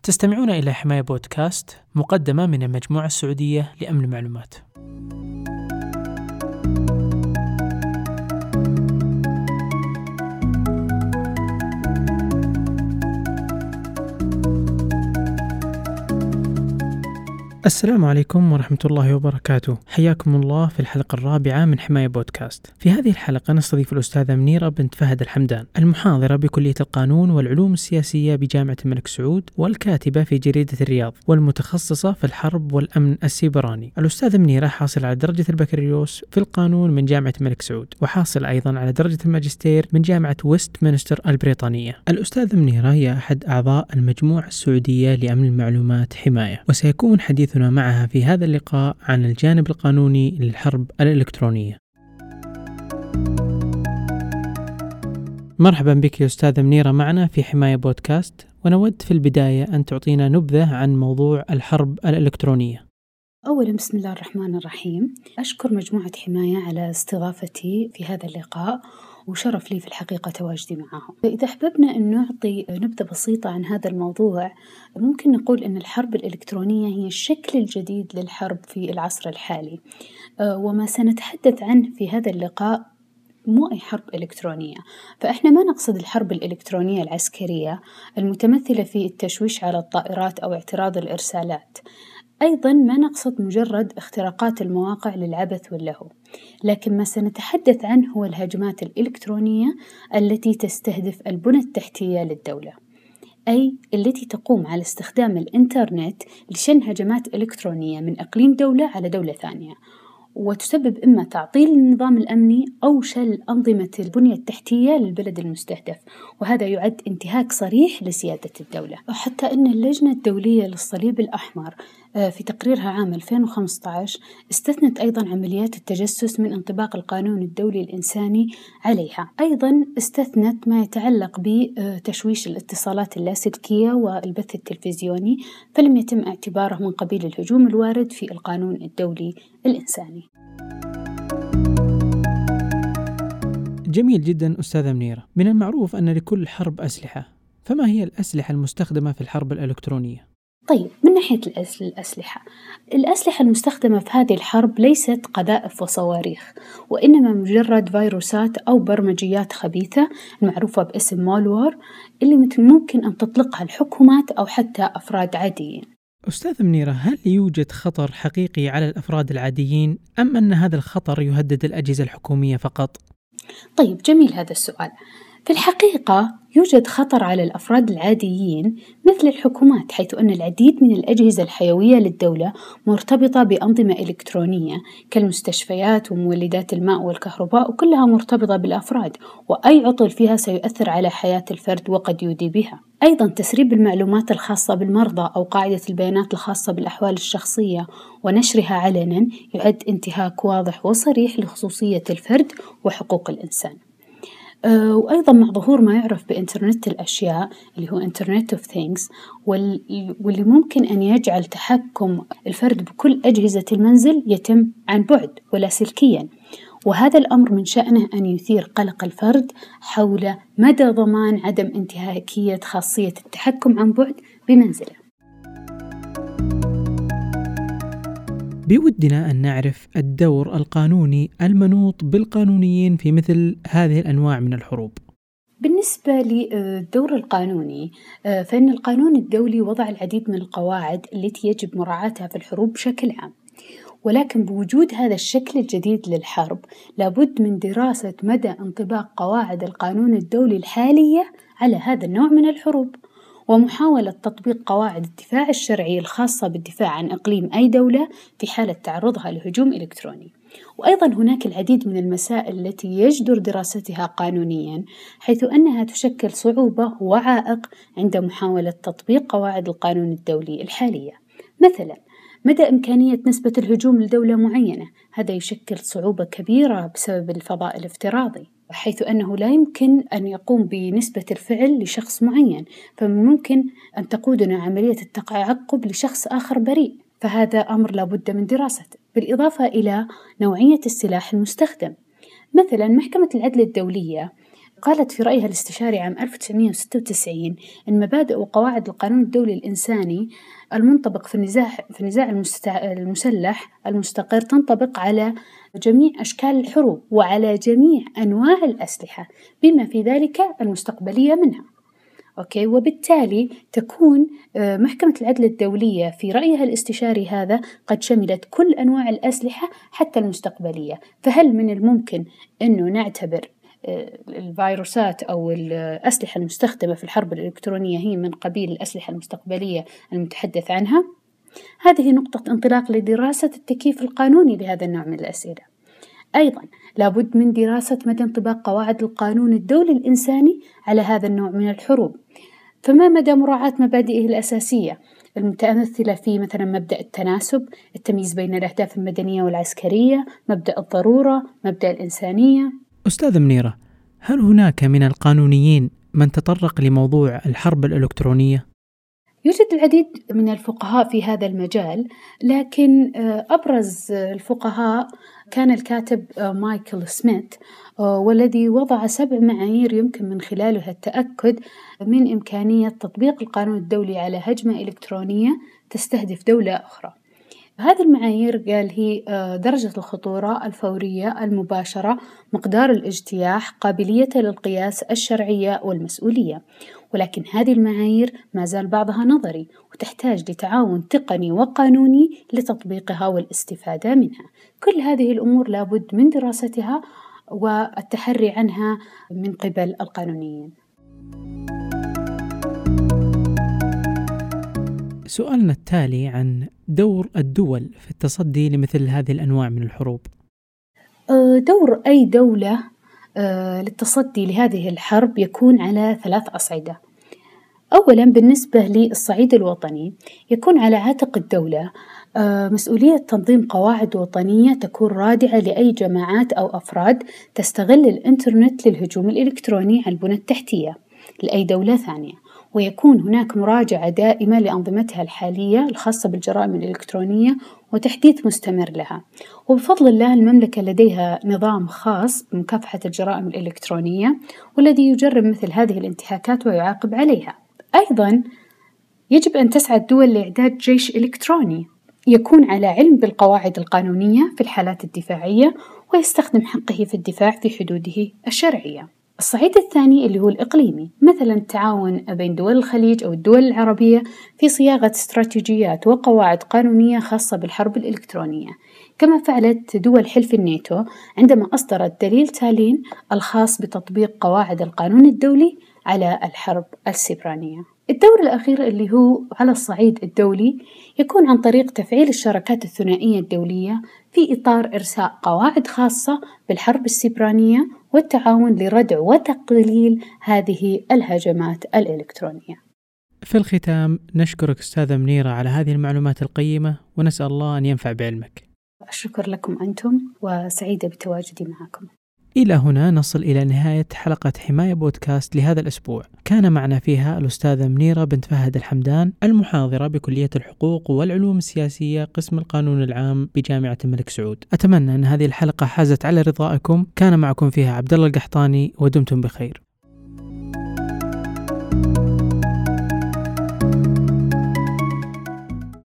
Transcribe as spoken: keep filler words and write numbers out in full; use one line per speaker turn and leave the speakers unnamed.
تستمعون إلى حماية بودكاست مقدمة من المجموعة السعودية لأمن المعلومات. السلام عليكم ورحمة الله وبركاته، حياكم الله في الحلقة الرابعة من حماية بودكاست. في هذه الحلقة نستضيف الأستاذة منيرة بنت فهد الحمدان، المحاضرة بكلية القانون والعلوم السياسية بجامعة الملك سعود، والكاتبة في جريدة الرياض، والمتخصصة في الحرب والأمن السيبراني. الأستاذة منيرة حاصل على درجة البكالوريوس في القانون من جامعة الملك سعود، وحاصل أيضا على درجة الماجستير من جامعة ويستمنستر البريطانية. الأستاذة منيرة هي أحد أعضاء المجموعة السعودية لأمن المعلومات حماية، وسيكون حديث معها في هذا اللقاء عن الجانب القانوني للحرب الإلكترونية. مرحبا بك يا أستاذة منيرة معنا في حماية بودكاست، ونود في البداية أن تعطينا نبذة عن موضوع الحرب الإلكترونية.
أولا بسم الله الرحمن الرحيم، أشكر مجموعة حماية على استضافتي في هذا اللقاء، وشرف لي في الحقيقة تواجدي معهم. إذا حببنا أن نعطي نبذة بسيطة عن هذا الموضوع، ممكن نقول أن الحرب الإلكترونية هي الشكل الجديد للحرب في العصر الحالي، وما سنتحدث عنه في هذا اللقاء مو أي حرب إلكترونية. فإحنا ما نقصد الحرب الإلكترونية العسكرية المتمثلة في التشويش على الطائرات أو اعتراض الإرسالات، أيضاً ما نقصد مجرد اختراقات المواقع للعبث واللهو، لكن ما سنتحدث عنه هو الهجمات الإلكترونية التي تستهدف البنى التحتية للدولة، أي التي تقوم على استخدام الإنترنت لشن هجمات إلكترونية من إقليم دولة على دولة ثانية، وتسبب إما تعطيل النظام الأمني أو شل أنظمة البنية التحتية للبلد المستهدف، وهذا يعد انتهاك صريح لسيادة الدولة. وحتى أن اللجنة الدولية للصليب الأحمر في تقريرها عام ألفين وخمسة عشر استثنت أيضا عمليات التجسس من انطباق القانون الدولي الإنساني عليها. أيضا استثنت ما يتعلق بتشويش الاتصالات اللاسلكية والبث التلفزيوني، فلم يتم اعتباره من قبيل الهجوم الوارد في القانون الدولي الإنساني.
جميل جدا أستاذة منيرة. من المعروف أن لكل حرب أسلحة، فما هي الأسلحة المستخدمة في الحرب الإلكترونية؟
طيب، من ناحية الأسلحة الأسلحة المستخدمة في هذه الحرب ليست قذائف وصواريخ، وإنما مجرد فيروسات أو برمجيات خبيثة المعروفة باسم مالوار، اللي ممكن أن تطلقها الحكومات أو حتى أفراد عاديين.
أستاذ منيرة، هل يوجد خطر حقيقي على الأفراد العاديين، أم أن هذا الخطر يهدد الأجهزة الحكومية فقط؟
طيب، جميل هذا السؤال. في الحقيقة يوجد خطر على الأفراد العاديين مثل الحكومات، حيث أن العديد من الأجهزة الحيوية للدولة مرتبطة بأنظمة إلكترونية كالمستشفيات ومولدات الماء والكهرباء، وكلها مرتبطة بالأفراد، وأي عطل فيها سيؤثر على حياة الفرد وقد يودي بها. أيضا تسريب المعلومات الخاصة بالمرضى أو قاعدة البيانات الخاصة بالأحوال الشخصية ونشرها علنا يعد انتهاك واضح وصريح لخصوصية الفرد وحقوق الإنسان. أه وأيضا مع ظهور ما يعرف بإنترنت الأشياء اللي هو Internet of Things، واللي ممكن أن يجعل تحكم الفرد بكل أجهزة المنزل يتم عن بعد ولاسلكيا، وهذا الأمر من شأنه أن يثير قلق الفرد حول مدى ضمان عدم انتهاكية خاصية التحكم عن بعد بمنزله.
بودنا أن نعرف الدور القانوني المنوط بالقانونيين في مثل هذه الأنواع من الحروب.
بالنسبة للدور القانوني، فإن القانون الدولي وضع العديد من القواعد التي يجب مراعاتها في الحروب بشكل عام، ولكن بوجود هذا الشكل الجديد للحرب لابد من دراسة مدى انطباق قواعد القانون الدولي الحالية على هذا النوع من الحروب، ومحاولة تطبيق قواعد الدفاع الشرعي الخاصة بالدفاع عن إقليم أي دولة في حالة تعرضها لهجوم إلكتروني. وأيضا هناك العديد من المسائل التي يجدر دراستها قانونيا، حيث أنها تشكل صعوبة وعائق عند محاولة تطبيق قواعد القانون الدولي الحالية. مثلا مدى إمكانية نسبة الهجوم لدولة معينة، هذا يشكل صعوبة كبيرة بسبب الفضاء الافتراضي، حيث أنه لا يمكن أن يقوم بنسبة الفعل لشخص معين، فممكن أن تقودنا عملية التعقب لشخص آخر بريء، فهذا أمر لابد من دراسته. بالإضافة إلى نوعية السلاح المستخدم، مثلا محكمة العدل الدولية قالت في رأيها الاستشاري عام ألف وتسعمئة وستة وتسعين أن مبادئ وقواعد القانون الدولي الإنساني المنطبق في النزاع في النزاع المستع... المسلح المستقر تنطبق على جميع أشكال الحروب وعلى جميع أنواع الأسلحة بما في ذلك المستقبلية منها. أوكي، وبالتالي تكون محكمة العدل الدولية في رأيها الاستشاري هذا قد شملت كل أنواع الأسلحة حتى المستقبلية. فهل من الممكن أنه نعتبر الفيروسات أو الأسلحة المستخدمة في الحرب الإلكترونية هي من قبيل الأسلحة المستقبلية المتحدث عنها؟ هذه نقطة انطلاق لدراسة التكييف القانوني لهذا النوع من الأسئلة. أيضاً لابد من دراسة مدى انطباق قواعد القانون الدولي الإنساني على هذا النوع من الحروب، فما مدى مراعاة مبادئه الأساسية المتمثلة في مثلاً مبدأ التناسب، التمييز بين الأهداف المدنية والعسكرية، مبدأ الضرورة، مبدأ الإنسانية.
أستاذة منيرة، هل هناك من القانونيين من تطرق لموضوع الحرب الإلكترونية؟
يوجد العديد من الفقهاء في هذا المجال، لكن أبرز الفقهاء كان الكاتب مايكل سميث، والذي وضع سبع معايير يمكن من خلالها التأكد من إمكانية تطبيق القانون الدولي على هجمة إلكترونية تستهدف دولة أخرى. هذه المعايير قال هي درجة الخطورة، الفورية، المباشرة، مقدار الاجتياح، قابلية للقياس، الشرعية والمسؤولية. ولكن هذه المعايير ما زال بعضها نظري وتحتاج لتعاون تقني وقانوني لتطبيقها والاستفادة منها. كل هذه الأمور لابد من دراستها والتحري عنها من قبل القانونيين.
سؤالنا التالي عن دور الدول في التصدي لمثل هذه الأنواع من الحروب.
دور أي دولة للتصدي لهذه الحرب يكون على ثلاث أصعدة. أولاً بالنسبة للصعيد الوطني يكون على عاتق الدولة مسؤولية تنظيم قواعد وطنية تكون رادعة لأي جماعات أو أفراد تستغل الإنترنت للهجوم الإلكتروني على البنى التحتية لأي دولة ثانية، ويكون هناك مراجعة دائمة لأنظمتها الحالية الخاصة بالجرائم الإلكترونية وتحديث مستمر لها. وبفضل الله المملكة لديها نظام خاص بمكافحة الجرائم الإلكترونية والذي يجرب مثل هذه الانتهاكات ويعاقب عليها. أيضاً يجب أن تسعى الدول لإعداد جيش إلكتروني يكون على علم بالقواعد القانونية في الحالات الدفاعية ويستخدم حقه في الدفاع في حدوده الشرعية. الصعيد الثاني اللي هو الإقليمي، مثلاً التعاون بين دول الخليج أو الدول العربية في صياغة استراتيجيات وقواعد قانونية خاصة بالحرب الإلكترونية، كما فعلت دول حلف الناتو عندما أصدرت دليل تالين الخاص بتطبيق قواعد القانون الدولي على الحرب السيبرانية. الدور الأخير اللي هو على الصعيد الدولي يكون عن طريق تفعيل الشراكات الثنائية الدولية في إطار إرساء قواعد خاصة بالحرب السيبرانية والتعاون لردع وتقليل هذه الهجمات الإلكترونية.
في الختام نشكرك أستاذة منيرة على هذه المعلومات القيمة ونسأل الله أن ينفع بعلمك.
الشكر لكم أنتم وسعيدة بتواجدي معكم.
إلى هنا نصل إلى نهاية حلقة حماية بودكاست لهذا الأسبوع. كان معنا فيها الأستاذة منيرة بنت فهد الحمدان، المحاضرة بكلية الحقوق والعلوم السياسية قسم القانون العام بجامعة الملك سعود. أتمنى أن هذه الحلقة حازت على رضائكم. كان معكم فيها عبد الله القحطاني ودمتم بخير.